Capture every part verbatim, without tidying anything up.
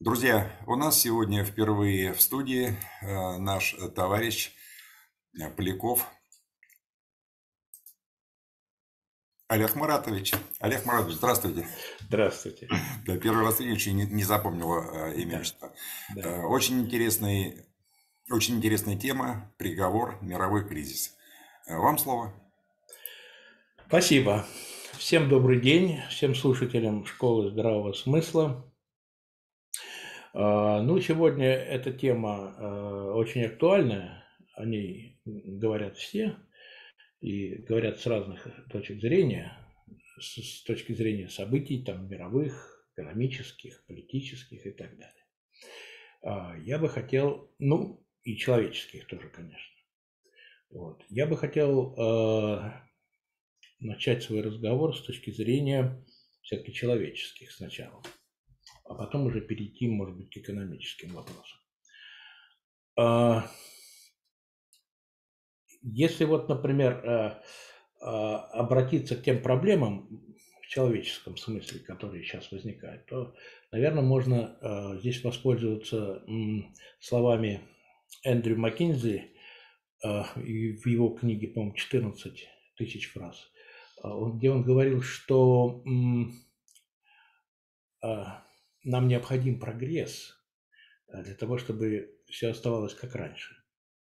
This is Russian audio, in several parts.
Друзья, у нас сегодня впервые в студии э, наш э, товарищ э, Поляков Олег Маратович. Олег Маратович, здравствуйте. Здравствуйте. Да, первый раз видел, чуть не, не запомнил э, имя Да, отчество. да. Э, Очень интересный, очень интересная тема, приговор, мировой кризис. Э, Вам слово. Спасибо. Всем добрый день, всем слушателям школы здравого смысла. А, Ну, сегодня эта тема а, очень актуальная, о ней говорят все и говорят с разных точек зрения, с, с точки зрения событий там мировых, экономических, политических и так далее. А, Я бы хотел, ну, и человеческих тоже, конечно. Вот. Я бы хотел а, начать свой разговор с точки зрения все-таки человеческих сначала, а потом уже перейти, может быть, к экономическим вопросам. А, Если вот, например, э, а, обратиться к тем проблемам в человеческом смысле, которые сейчас возникают, то, наверное, можно э, здесь воспользоваться м, словами Эндрю Маккинзи э, и в его книге, по-моему, четырнадцать тысяч фраз, а, он- где он говорил, что м, а, нам необходим прогресс а, для того, чтобы все оставалось как раньше.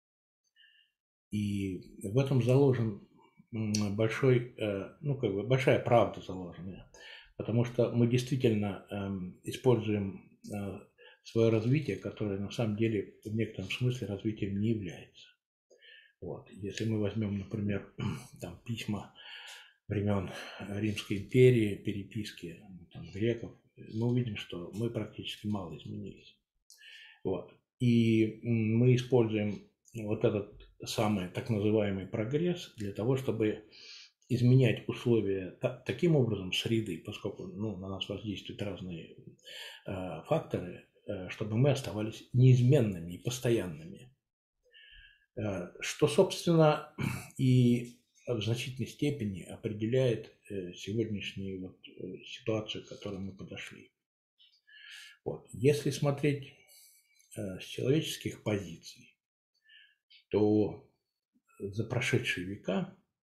И в этом заложен м, большой, э, ну, как бы большая правда заложена, потому что мы действительно эм, используем э, свое развитие, которое на самом деле в некотором смысле развитием не является. Вот. Если мы возьмем, например, там, письма времен Римской империи, переписки там, греков, мы увидим, что мы практически мало изменились. Вот. И мы используем вот этот самый так называемый прогресс для того, чтобы изменять условия та- таким образом среды, поскольку ну, на нас воздействуют разные э, факторы, э, чтобы мы оставались неизменными и постоянными. Э, что, собственно, и в значительной степени определяет э, сегодняшнюю вот, э, ситуацию, к которой мы подошли. Вот. Если смотреть э, с человеческих позиций, то за прошедшие века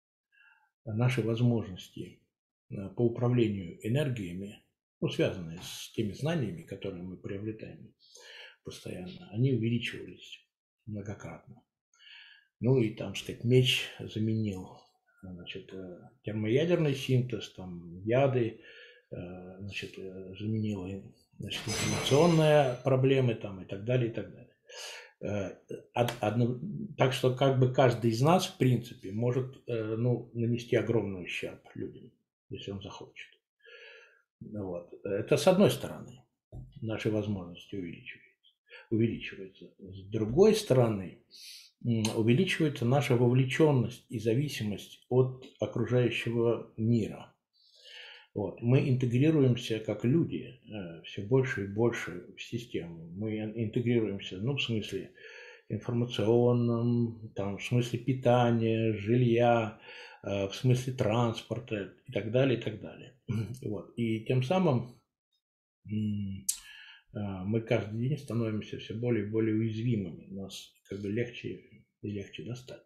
наши возможности э, по управлению энергиями, ну, связанные с теми знаниями, которые мы приобретаем постоянно, они увеличивались многократно. Ну и там, сказать, меч заменил значит, э, термоядерный синтез, там, яды, э, значит, э, заменил значит, информационные проблемы там, и так далее, и так далее. Э, одно- так что как бы каждый из нас, в принципе, может э, ну, нанести огромный ущерб людям, если он захочет. Ну вот. Это с одной стороны, наши возможности увеличиваются. увеличиваются. С другой стороны, м, увеличивается наша вовлеченность и зависимость от окружающего мира. Вот. Мы интегрируемся как люди э, все больше и больше в систему. Мы интегрируемся, ну, в смысле информационном, там, в смысле питания, жилья, э, в смысле транспорта и так далее, и так далее. Вот. И тем самым м, э, мы каждый день становимся все более и более уязвимыми. Нас как бы легче и легче достать.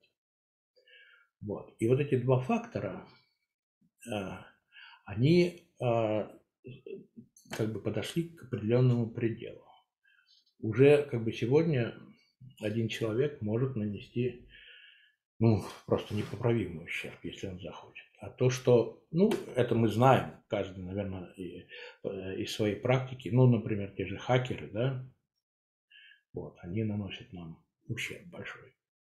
Вот. И вот эти два фактора, э, они э, как бы подошли к определенному пределу. Уже как бы сегодня один человек может нанести ну, просто непоправимый ущерб, если он захочет. А то, что, ну, это мы знаем, каждый, наверное, и, э, из своей практики, ну, например, те же хакеры, да, вот, они наносят нам ущерб большой.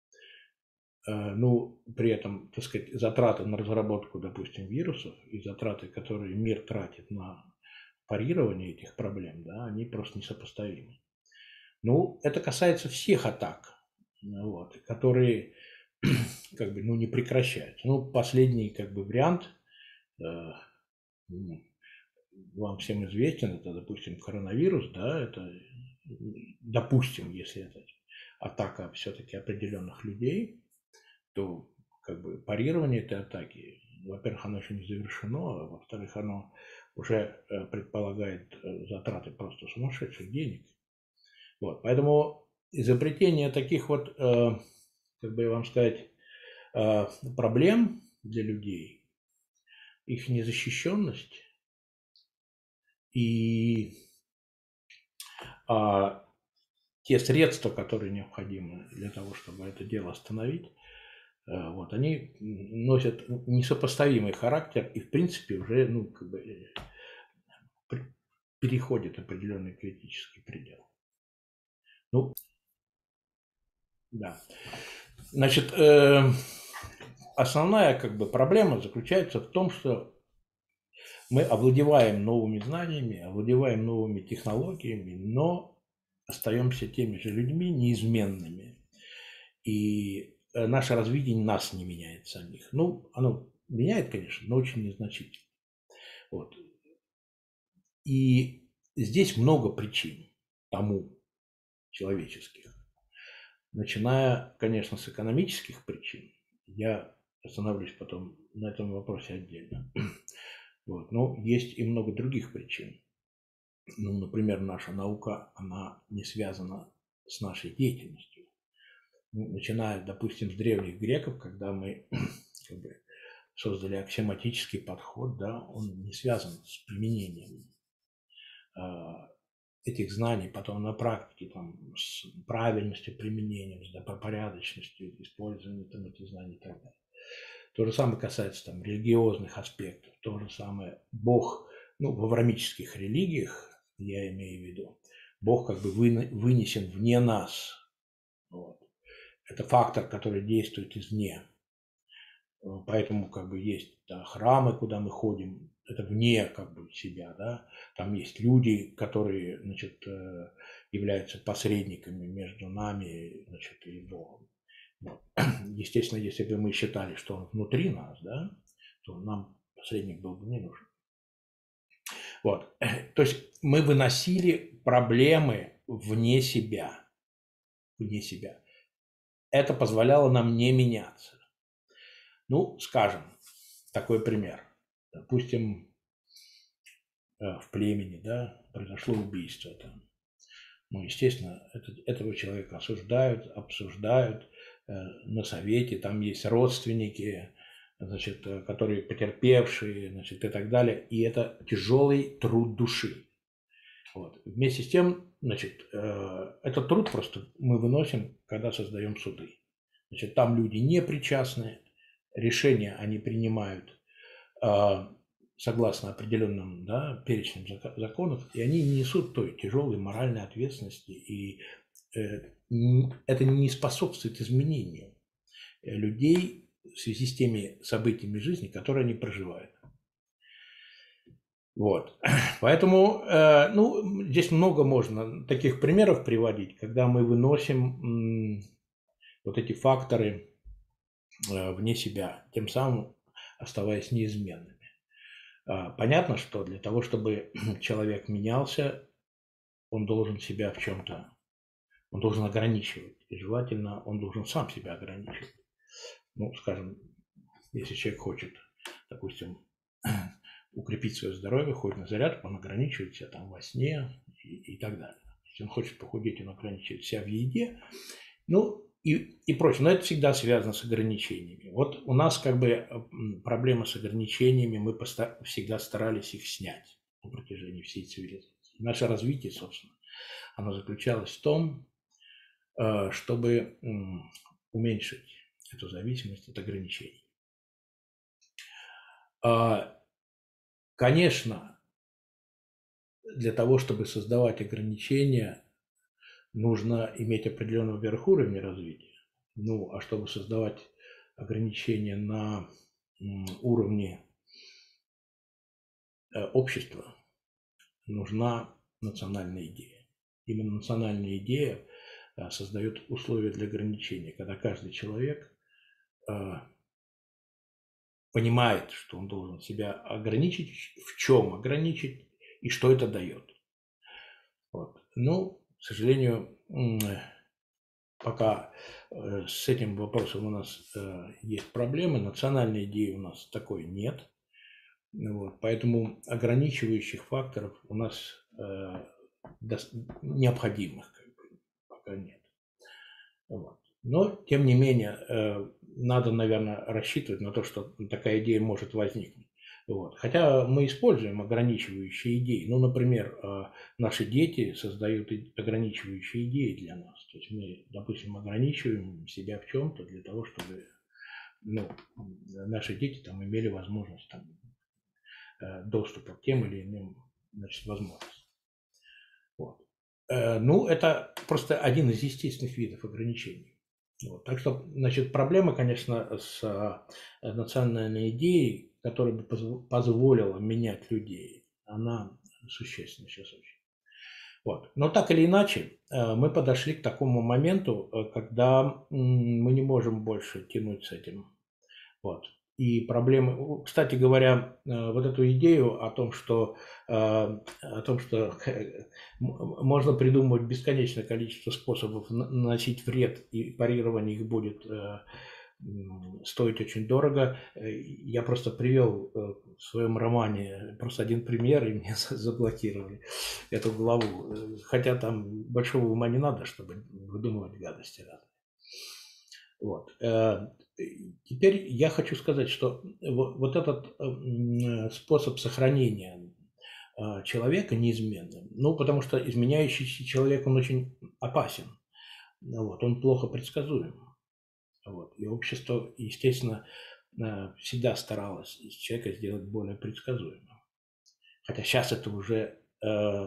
Э, Ну, при этом, так сказать, затраты на разработку, допустим, вирусов и затраты, которые мир тратит на парирование этих проблем, да, они просто несопоставимы. Ну, это касается всех атак, ну вот, которые как бы, ну, не прекращаются. Ну, последний, как бы, вариант, э, ну, вам всем известен, это, допустим, коронавирус, да, это, допустим, если это атака все-таки определенных людей, то, как бы, парирование этой атаки, во-первых, оно еще не завершено, а во-вторых, оно уже предполагает затраты просто сумасшедших денег. Вот. Поэтому изобретение таких вот, как бы я вам сказать, проблем для людей, их незащищенность и а, те средства, которые необходимы для того, чтобы это дело остановить, вот, они носят несопоставимый характер и, в принципе, уже ну, как бы, переходят определенный критический предел. Ну, да. Значит, э, основная как бы, проблема заключается в том, что мы овладеваем новыми знаниями, овладеваем новыми технологиями, но остаемся теми же людьми неизменными. И наше развитие нас не меняет самих. Ну, оно меняет, конечно, но очень незначительно. Вот. И здесь много причин тому человеческих. Начиная, конечно, с экономических причин. Я остановлюсь потом на этом вопросе отдельно. Вот. Но есть и много других причин. Ну, например, наша наука, она не связана с нашей деятельностью. Ну, начиная, допустим, с древних греков, когда мы как бы, создали аксиоматический подход, да, он не связан с применением э, этих знаний потом на практике, там, с правильностью применения, с порядочностью использования там, этих знаний и так далее. То же самое касается там, религиозных аспектов, то же самое Бог, ну, в авраамических религиях, я имею в виду, Бог как бы вынесен вне нас. Вот. Это фактор, который действует извне. Поэтому как бы есть да, храмы, куда мы ходим, это вне как бы себя, да. Там есть люди, которые, значит, являются посредниками между нами, значит, и Богом. Вот. Естественно, если бы мы считали, что он внутри нас, да, то нам посредник был бы не нужен. Вот. То есть мы выносили проблемы вне себя, вне себя. Это позволяло нам не меняться. Ну, скажем, такой пример. Допустим, в племени, да, произошло убийство там. Ну, естественно, это, этого человека осуждают, обсуждают э, на совете, там есть родственники, значит, которые потерпевшие, значит, и так далее. И это тяжелый труд души. Вот. Вместе с тем, значит, э, этот труд просто мы выносим, когда создаем суды. Значит, там люди не причастны, решения они принимают э, согласно определенным да, перечням законов, и они не несут той тяжелой моральной ответственности, и э, это не способствует изменению людей в связи с теми событиями жизни, которые они проживают. Вот. Поэтому, э, ну, здесь много можно таких примеров приводить, когда мы выносим м, вот эти факторы э, вне себя, тем самым оставаясь неизменными. Понятно, что для того, чтобы человек менялся, он должен себя в чем-то, он должен ограничивать. И желательно он должен сам себя ограничивать. Ну, скажем, если человек хочет, допустим, укрепить свое здоровье, ходит на зарядку, он ограничивает себя там во сне и, и так далее. Если он хочет похудеть, он ограничивает себя в еде. Ну, и, и прочее. Но это всегда связано с ограничениями. Вот у нас как бы проблема с ограничениями, мы всегда старались их снять на протяжении всей цивилизации. Наше развитие, собственно, оно заключалось в том, чтобы уменьшить эту зависимость от ограничений. Конечно, для того, чтобы создавать ограничения, нужно иметь определенный верхуровень развития. Ну, а чтобы создавать ограничения на уровне общества, нужна национальная идея. Именно национальная идея создает условия для ограничения, когда каждый человек понимает, что он должен себя ограничить, в чем ограничить и что это дает. Вот. Ну, к сожалению, пока с этим вопросом у нас есть проблемы. Национальной идеи у нас такой нет. Вот. Поэтому ограничивающих факторов у нас э, дос- необходимых как бы, пока нет. Вот. Но, тем не менее, э, надо, наверное, рассчитывать на то, что такая идея может возникнуть. Вот. Хотя мы используем ограничивающие идеи. Ну, например, э, наши дети создают и- ограничивающие идеи для нас. То есть мы, допустим, ограничиваем себя в чем-то для того, чтобы ну, наши дети там имели возможность там, э, доступа к тем или иным значит, возможностям. Вот. Э, Ну, это просто один из естественных видов ограничений. Вот. Так что, значит, проблема, конечно, с э, национальной идеей, которая бы позв- позволила менять людей, она существенна сейчас очень. Вот. Но так или иначе, э, мы подошли к такому моменту, э, когда м, мы не можем больше тянуть с этим. Вот. И проблемы, у- кстати говоря, э, вот эту идею о том, что, э, о том, что м- можно придумывать бесконечное количество способов на- наносить вред, и парирование их будет э, м, стоить очень дорого. Э, Я просто привел э, в своем романе просто один пример, и мне за- заблокировали эту главу. Э, Хотя там большого ума не надо, чтобы выдумывать гадости разные. Вот. Э, Теперь я хочу сказать, что во- вот этот м, способ сохранения а, человека неизменным, ну, потому что изменяющийся человек, он очень опасен, ну, вот, он плохо предсказуем. Вот. И общество, естественно, э, всегда старалось из человека сделать более предсказуемым. Хотя сейчас это уже э,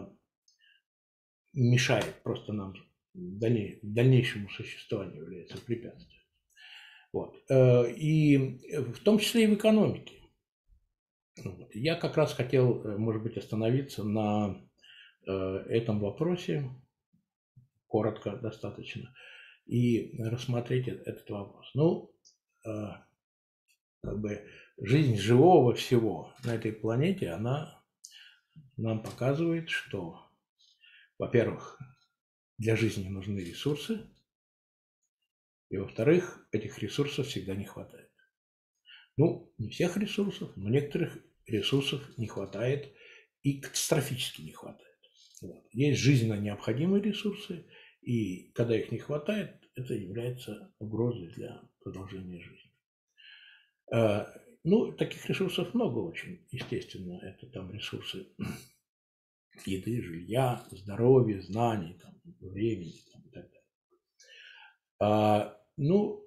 мешает просто нам дальней- дальнейшему существованию, является препятствием. Вот. Э, И в том числе и в экономике. Вот. Я как раз хотел, э, может быть, остановиться на э, этом вопросе, коротко достаточно, и рассмотреть э- этот вопрос. Ну, э, как бы жизнь живого всего на этой планете, она нам показывает, что, во-первых, для жизни нужны ресурсы, и, во-вторых, этих ресурсов всегда не хватает. Ну, не всех ресурсов, но некоторых ресурсов не хватает и катастрофически не хватает. Вот. Есть жизненно необходимые ресурсы, и когда их не хватает, это является угрозой для продолжения жизни. Э, Ну, таких ресурсов много очень, естественно. Это там ресурсы еды, жилья, здоровья, знаний, там, времени там, и так далее. А, ну,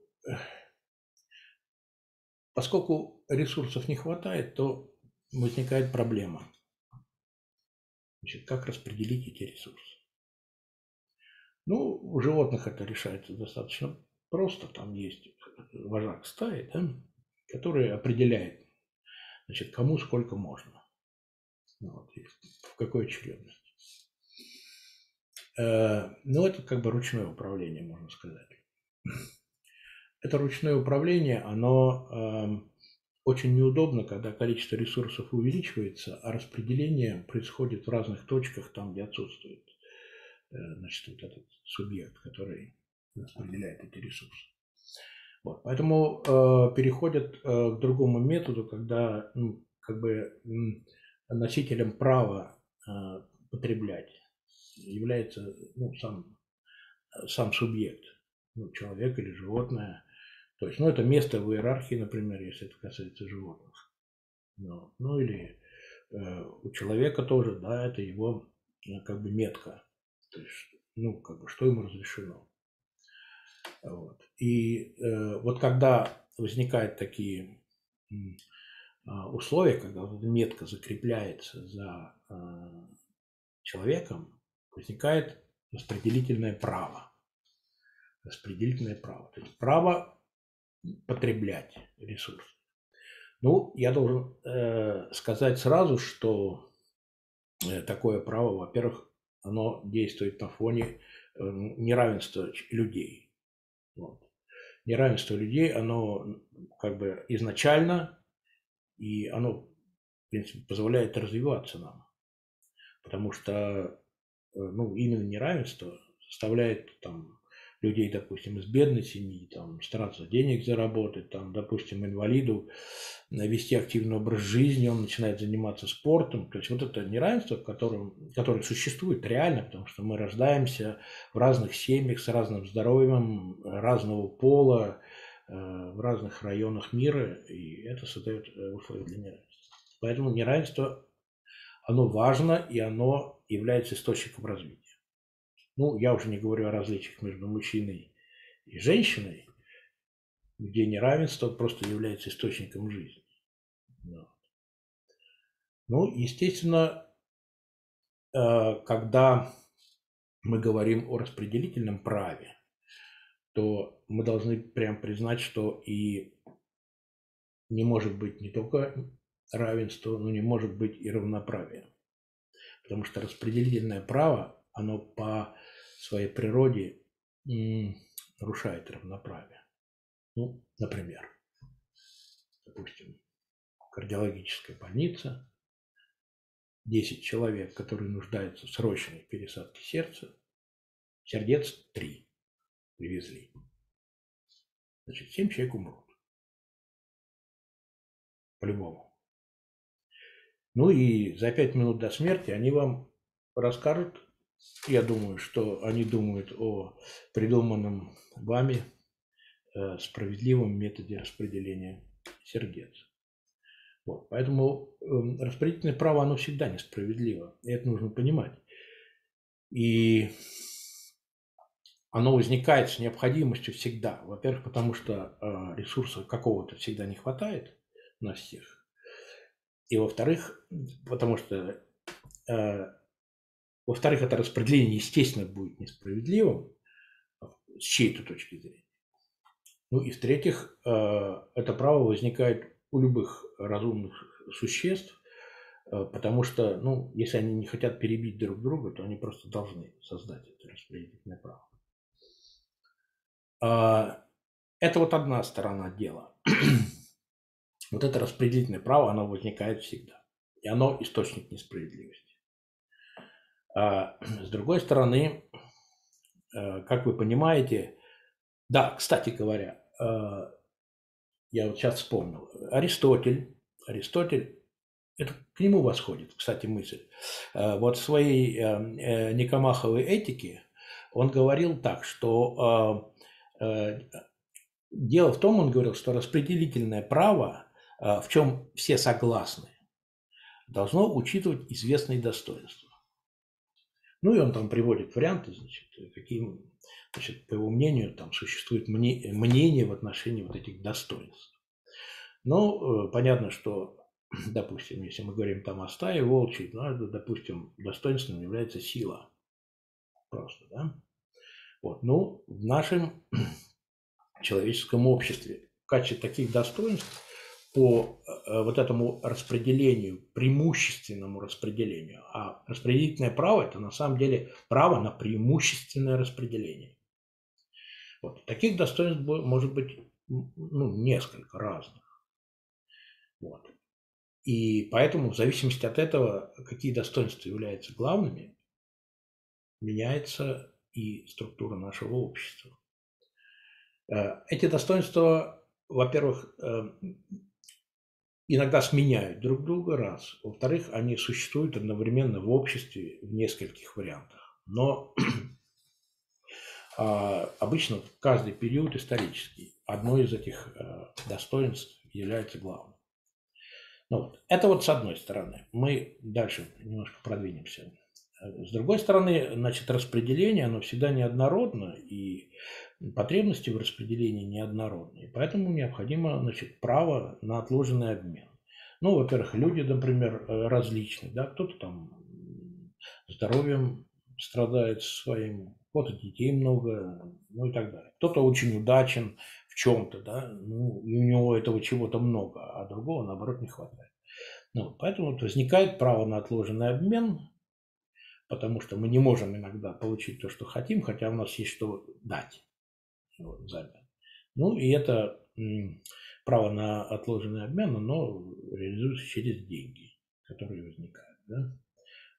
поскольку ресурсов не хватает, то возникает проблема. Значит, как распределить эти ресурсы? Ну, у животных это решается достаточно просто. Там есть вожак стаи, да, который определяет, значит, кому сколько можно. Ну, вот, и в какой очередности. Э, Ну, это как бы ручное управление, можно сказать. Это ручное управление, оно эм, очень неудобно, когда количество ресурсов увеличивается, а распределение происходит в разных точках, там, где отсутствует э, значит, вот этот субъект, который распределяет эти ресурсы. Вот, поэтому э, переходят э, к другому методу, когда ну, как бы м, носителем права э, потреблять является ну, сам, сам субъект, ну, человек или животное. То есть, ну, это место в иерархии, например, если это касается животных. Ну, ну или э, у человека тоже, да, это его э, как бы метка. То есть, ну, как бы, что ему разрешено. Вот. И э, вот когда возникают такие м, а, условия, когда вот эта метка закрепляется за э, человеком, возникает распределительное право. Распределительное право. То есть право потреблять ресурс. Ну, я должен э, сказать сразу, что э, такое право, во-первых, оно действует на фоне э, неравенства ч- людей. Вот. Неравенство людей, оно как бы изначально, и оно, в принципе, позволяет развиваться нам. Потому что э, ну, именно неравенство составляет там людей, допустим, из бедной семьи, там, стараться денег заработать, там, допустим, инвалиду вести активный образ жизни, он начинает заниматься спортом. То есть вот это неравенство, которым, которое существует реально, потому что мы рождаемся в разных семьях с разным здоровьем, разного пола, в разных районах мира, и это создает условия для неравенства. Поэтому неравенство, оно важно, и оно является источником развития. Ну, я уже не говорю о различиях между мужчиной и женщиной, где неравенство просто является источником жизни. Ну, естественно, когда мы говорим о распределительном праве, то мы должны прям признать, что и не может быть не только равенства, но не может быть и равноправия. Потому что распределительное право, оно по своей природе нарушает равноправие. Ну, например, допустим, кардиологическая больница, десять человек, которые нуждаются в срочной пересадке сердца, сердец три привезли. Значит, семь человек умрут. По-любому. Ну и за пять минут до смерти они вам расскажут, я думаю, что они думают о придуманном вами э, справедливом методе распределения сердец. Вот. Поэтому э, распределительное право, оно всегда несправедливо. И это нужно понимать. И оно возникает с необходимостью всегда. Во-первых, потому что э, ресурса какого-то всегда не хватает на всех. И во-вторых, потому что, э, во-вторых, это распределение, естественно, будет несправедливым с чьей-то точки зрения. Ну и в-третьих, э, это право возникает у любых разумных существ, э, потому что, ну, если они не хотят перебить друг друга, то они просто должны создать это распределительное право. Э, это вот одна сторона дела. Вот это распределительное право, оно возникает всегда. И оно источник несправедливости. А с другой стороны, как вы понимаете, да, кстати говоря, я вот сейчас вспомнил, Аристотель, Аристотель, это к нему восходит, кстати, мысль. Вот в своей Никомаховой этике он говорил так, что дело в том, он говорил, что распределительное право, в чем все согласны, должно учитывать известные достоинства. Ну и он там приводит варианты, значит, какие, значит, по его мнению, там существует мнение в отношении вот этих достоинств. Ну, понятно, что, допустим, если мы говорим там о стае волчьей, ну, допустим, достоинством является сила. Просто, да? Вот. Ну, в нашем человеческом обществе в качестве таких достоинств по вот этому распределению, преимущественному распределению. А распределительное право – это на самом деле право на преимущественное распределение. Вот. Таких достоинств может быть, ну, несколько разных. Вот. И поэтому в зависимости от этого, какие достоинства являются главными, меняется и структура нашего общества. Эти достоинства, во-первых, иногда сменяют друг друга, раз. Во-вторых, они существуют одновременно в обществе в нескольких вариантах. Но а, обычно в каждый период исторический одно из этих а, достоинств является главным. Ну, вот. Это вот с одной стороны. Мы дальше немножко продвинемся. С другой стороны, значит, распределение, оно всегда неоднородно, и потребности в распределении неоднородные. Поэтому необходимо, значит, право на отложенный обмен. Ну, во-первых, люди, например, различные, да, кто-то там здоровьем страдает своим, кто-то детей много, ну и так далее. Кто-то очень удачен в чем-то, да, ну, и у него этого чего-то много, а другого, наоборот, не хватает. Ну, поэтому вот возникает право на отложенный обмен, потому что мы не можем иногда получить то, что хотим, хотя у нас есть что дать. Вот, взамен. Ну и это м, право на отложенный обмен, оно реализуется через деньги, которые возникают. Да?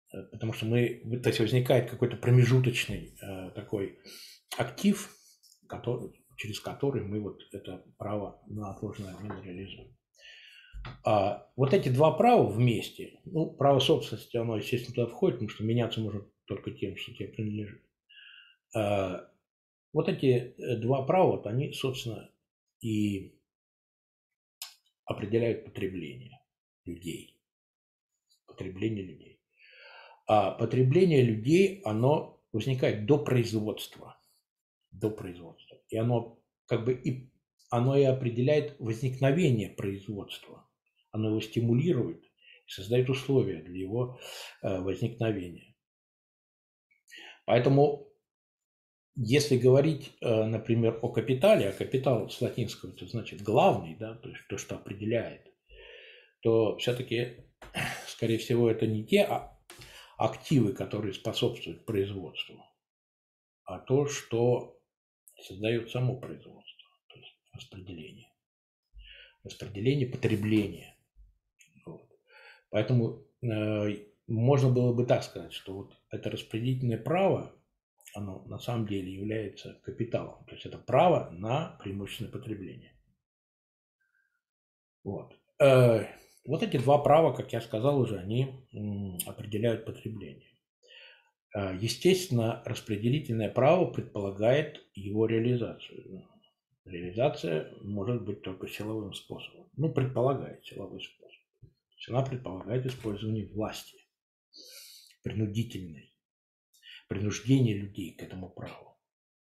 потому что мы, то есть возникает какой-то промежуточный э, такой актив, который, через который мы вот это право на отложенный обмен реализуем. А вот эти два права вместе, ну, право собственности, оно, естественно, туда входит, потому что меняться может только тем, что тебе принадлежит. А вот эти два права, вот они, собственно, и определяют потребление людей. Потребление людей. А потребление людей, оно возникает до производства. До производства. И оно как бы и, оно и определяет возникновение производства. Оно его стимулирует и создает условия для его э, возникновения. Поэтому, если говорить, э, например, о капитале, а капитал с латинского это значит главный, да, то есть то, что определяет, то все-таки, скорее всего, это не те активы, которые способствуют производству, а то, что создает само производство, то есть распределение. Распределение потребления. Вот. Поэтому э, можно было бы так сказать, что вот это распределительное право, оно на самом деле является капиталом. То есть это право на преимущественное потребление. Вот. Э, вот эти два права, как я сказал уже, они м, определяют потребление. Э, естественно, распределительное право предполагает его реализацию. Реализация может быть только силовым способом. Ну, предполагает силовой способ. Она предполагает использование власти, принудительной, принуждение людей к этому праву.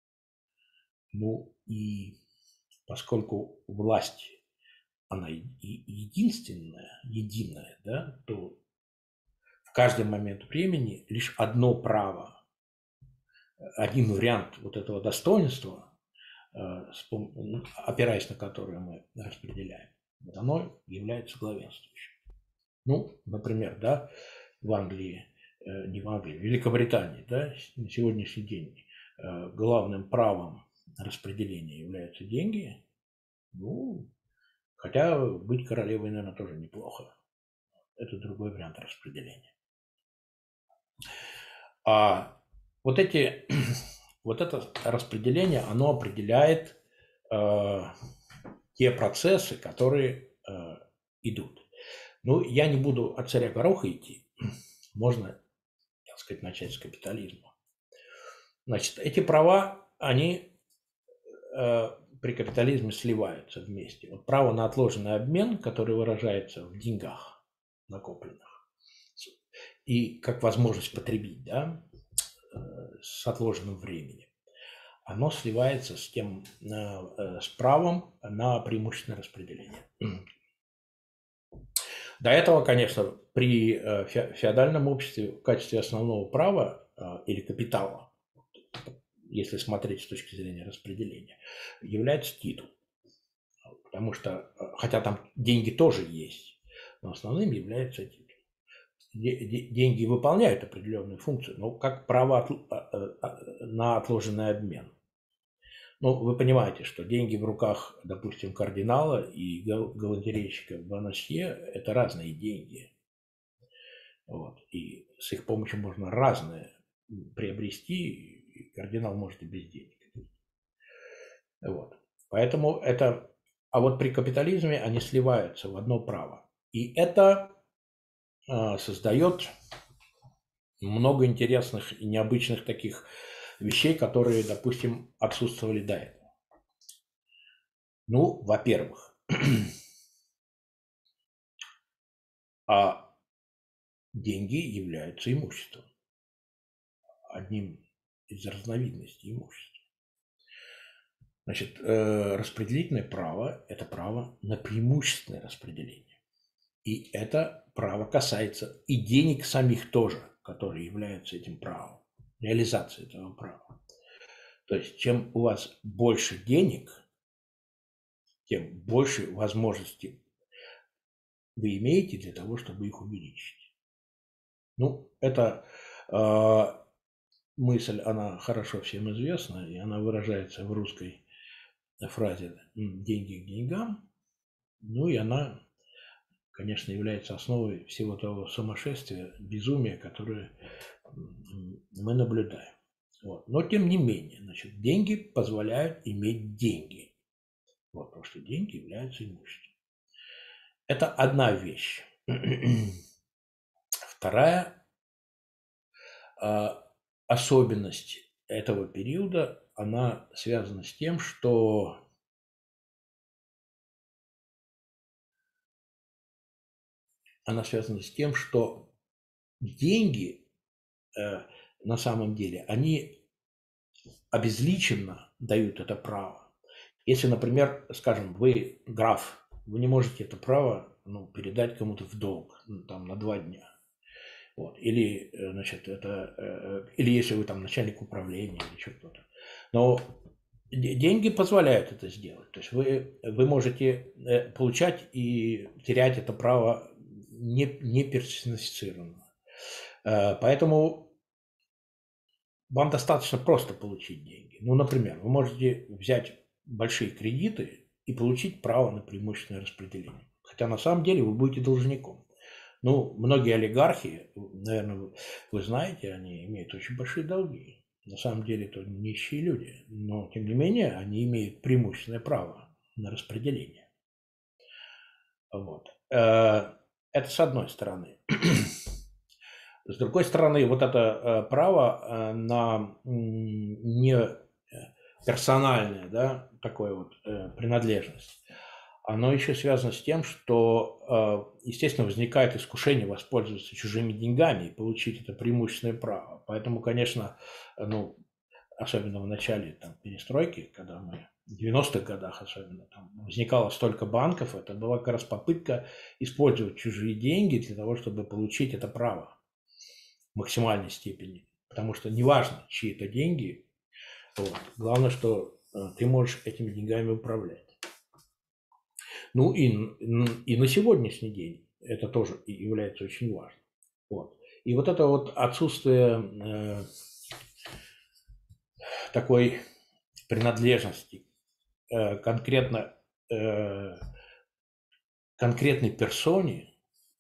Ну и поскольку власть, она и единственная, единая, да, то в каждый момент времени лишь одно право, один вариант вот этого достоинства, опираясь на которое мы распределяем, вот оно является главенствующим. Ну, например, да, в Англии, э, не в Англии, в Великобритании, да, на сегодняшний день э, главным правом распределения являются деньги. Ну, хотя быть королевой, наверное, тоже неплохо. Это другой вариант распределения. А вот эти, вот это распределение, оно определяет э, те процессы, которые э, идут. Ну, я не буду от царя гороха идти. Можно, так сказать, начать с капитализма. Значит, эти права, они э, при капитализме сливаются вместе. Вот право на отложенный обмен, который выражается в деньгах накопленных, и как возможность потребить, да, э, с отложенным временем, оно сливается с тем, э, с правом на преимущественное распределение. До этого, конечно, при феодальном обществе в качестве основного права или капитала, если смотреть с точки зрения распределения, является титул. Потому что, хотя там деньги тоже есть, но основным является титул. Деньги выполняют определенную функцию, но как право на отложенный обмен. Ну, вы понимаете, что деньги в руках, допустим, кардинала и галантерейщика Бонасье – это разные деньги. Вот. И с их помощью можно разное приобрести, и кардинал может и без денег. Вот. Поэтому это… А вот при капитализме они сливаются в одно право. И это э, создает много интересных и необычных таких вещей, которые, допустим, отсутствовали до этого. Ну, во-первых, а деньги являются имуществом, одним из разновидностей имущества. Значит, распределительное право – это право на преимущественное распределение. И это право касается и денег самих тоже, которые являются этим правом, реализацией этого права. То есть, чем у вас больше денег, тем больше возможностей вы имеете для того, чтобы их увеличить. Ну, эта э, мысль, она хорошо всем известна, и она выражается в русской фразе «деньги к деньгам». Ну, и она конечно, является основой всего того сумасшествия, безумия, которое мы наблюдаем. Вот. Но тем не менее, значит, деньги позволяют иметь деньги. Вот, потому что деньги являются имуществом. Это одна вещь. Вторая э, особенность этого периода, она связана с тем, что она связана с тем, что деньги э, на самом деле, они обезличенно дают это право. Если, например, скажем, вы граф, вы не можете это право ну, передать кому-то в долг ну, там, на два дня. Вот. Или, значит, это, или если вы там начальник управления или еще кто-то. Но деньги позволяют это сделать. То есть вы, вы можете получать и терять это право не, не персонифицированно. Поэтому вам достаточно просто получить деньги. Ну, например, вы можете взять большие кредиты и получить право на преимущественное распределение. Хотя на самом деле вы будете должником. Ну, многие олигархи, наверное, вы знаете, они имеют очень большие долги. На самом деле это нищие люди, но тем не менее они имеют преимущественное право на распределение. Вот. Это с одной стороны. С другой стороны, вот это право на не персональное, да, такое вот принадлежность, оно еще связано с тем, что, естественно, возникает искушение воспользоваться чужими деньгами и получить это преимущественное право. Поэтому, конечно, ну, особенно в начале там, перестройки, когда мы в девяностых годах особенно там, возникало столько банков, это была как раз попытка использовать чужие деньги для того, чтобы получить это право в максимальной степени. Потому что неважно, чьи это деньги, вот, главное, что ты можешь этими деньгами управлять. Ну и, и на сегодняшний день это тоже является очень важным. Вот. И вот это вот отсутствие э, такой принадлежности э, конкретно э, конкретной персоне,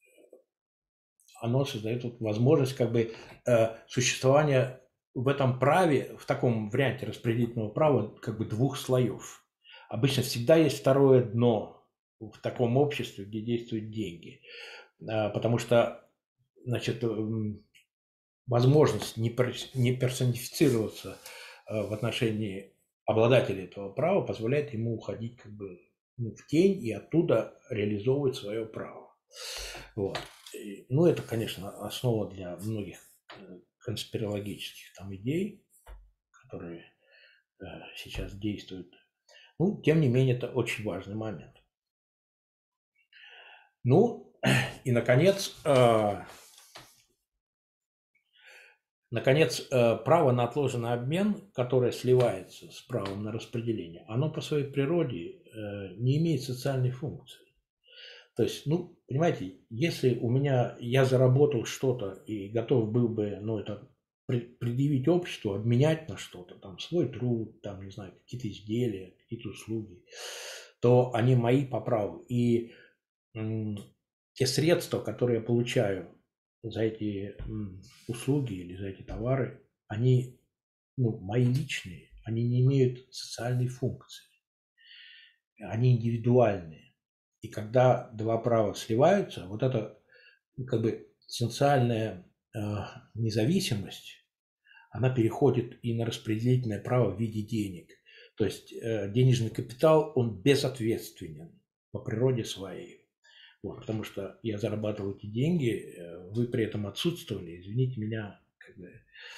оно создает вот возможность как бы э, существования в этом праве, в таком варианте распределительного права, как бы двух слоев. Обычно всегда есть второе дно в таком обществе, где действуют деньги. Потому что, значит, возможность не персонифицироваться в отношении обладателя этого права позволяет ему уходить как бы ну, в тень и оттуда реализовывать свое право. Вот. И, ну, это, конечно, основа для многих конспирологических там идей, которые э, сейчас действуют. Ну, тем не менее, это очень важный момент. Ну, и, наконец, э, наконец, э, право на отложенный обмен, которое сливается с правом на распределение, оно по своей природе э, не имеет социальной функции. То есть, ну, понимаете, если у меня, я заработал что-то и готов был бы, ну, это предъявить обществу, обменять на что-то, там, свой труд, там, не знаю, какие-то изделия, какие-то услуги, то они мои по праву. И те средства, которые я получаю за эти услуги или за эти товары, они ну, мои личные, они не имеют социальной функции. Они индивидуальные. И когда два права сливаются, вот эта как бы социальная э, независимость, она переходит и на распределительное право в виде денег. То есть э, денежный капитал, он безответственен по природе своей. Вот, потому что я зарабатывал эти деньги, вы при этом отсутствовали, извините меня, как бы,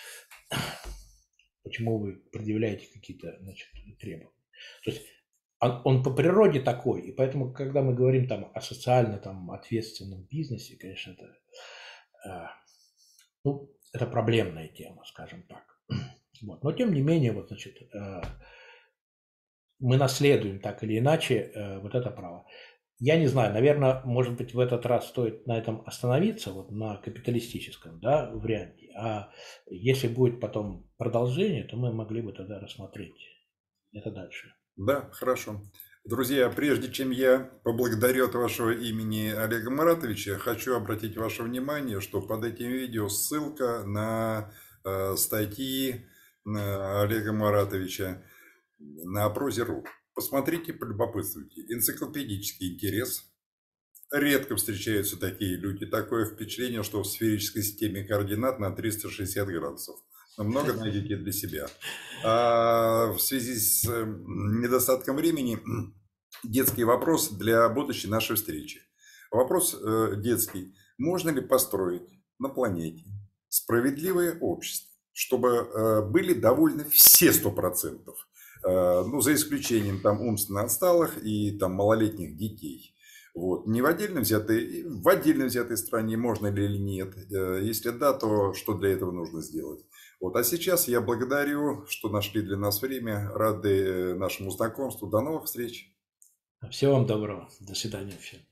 почему вы предъявляете какие-то значит, требования. То есть он, он по природе такой, и поэтому, когда мы говорим там, о социально там, ответственном бизнесе, конечно, это, э, ну, это проблемная тема, скажем так. Вот. Но тем не менее, вот, значит, э, мы наследуем так или иначе э, вот это право. Я не знаю, наверное, может быть, в этот раз стоит на этом остановиться, вот на капиталистическом да, варианте. А если будет потом продолжение, то мы могли бы тогда рассмотреть это дальше. Да, хорошо. Друзья, прежде чем я поблагодарю от вашего имени Олега Маратовича, хочу обратить ваше внимание, что под этим видео ссылка на э, статьи э, Олега Маратовича на опросе точка ру. Посмотрите, полюбопытствуйте. Энциклопедический интерес. Редко встречаются такие люди. Такое впечатление, что в сферической системе координат на триста шестьдесят градусов. Но много найдете для себя. А в связи с недостатком времени детский вопрос для будущей нашей встречи. Вопрос э, детский. Можно ли построить на планете справедливое общество, чтобы э, были довольны все сто процентов? Э, ну, за исключением там умственно отсталых и там малолетних детей. Вот. Не в отдельно взятой, в отдельно взятой стране можно ли или нет. Если да, то что для этого нужно сделать? Вот. А сейчас я благодарю, что нашли для нас время. Рады нашему знакомству. До новых встреч. Всего вам доброго. До свидания всем.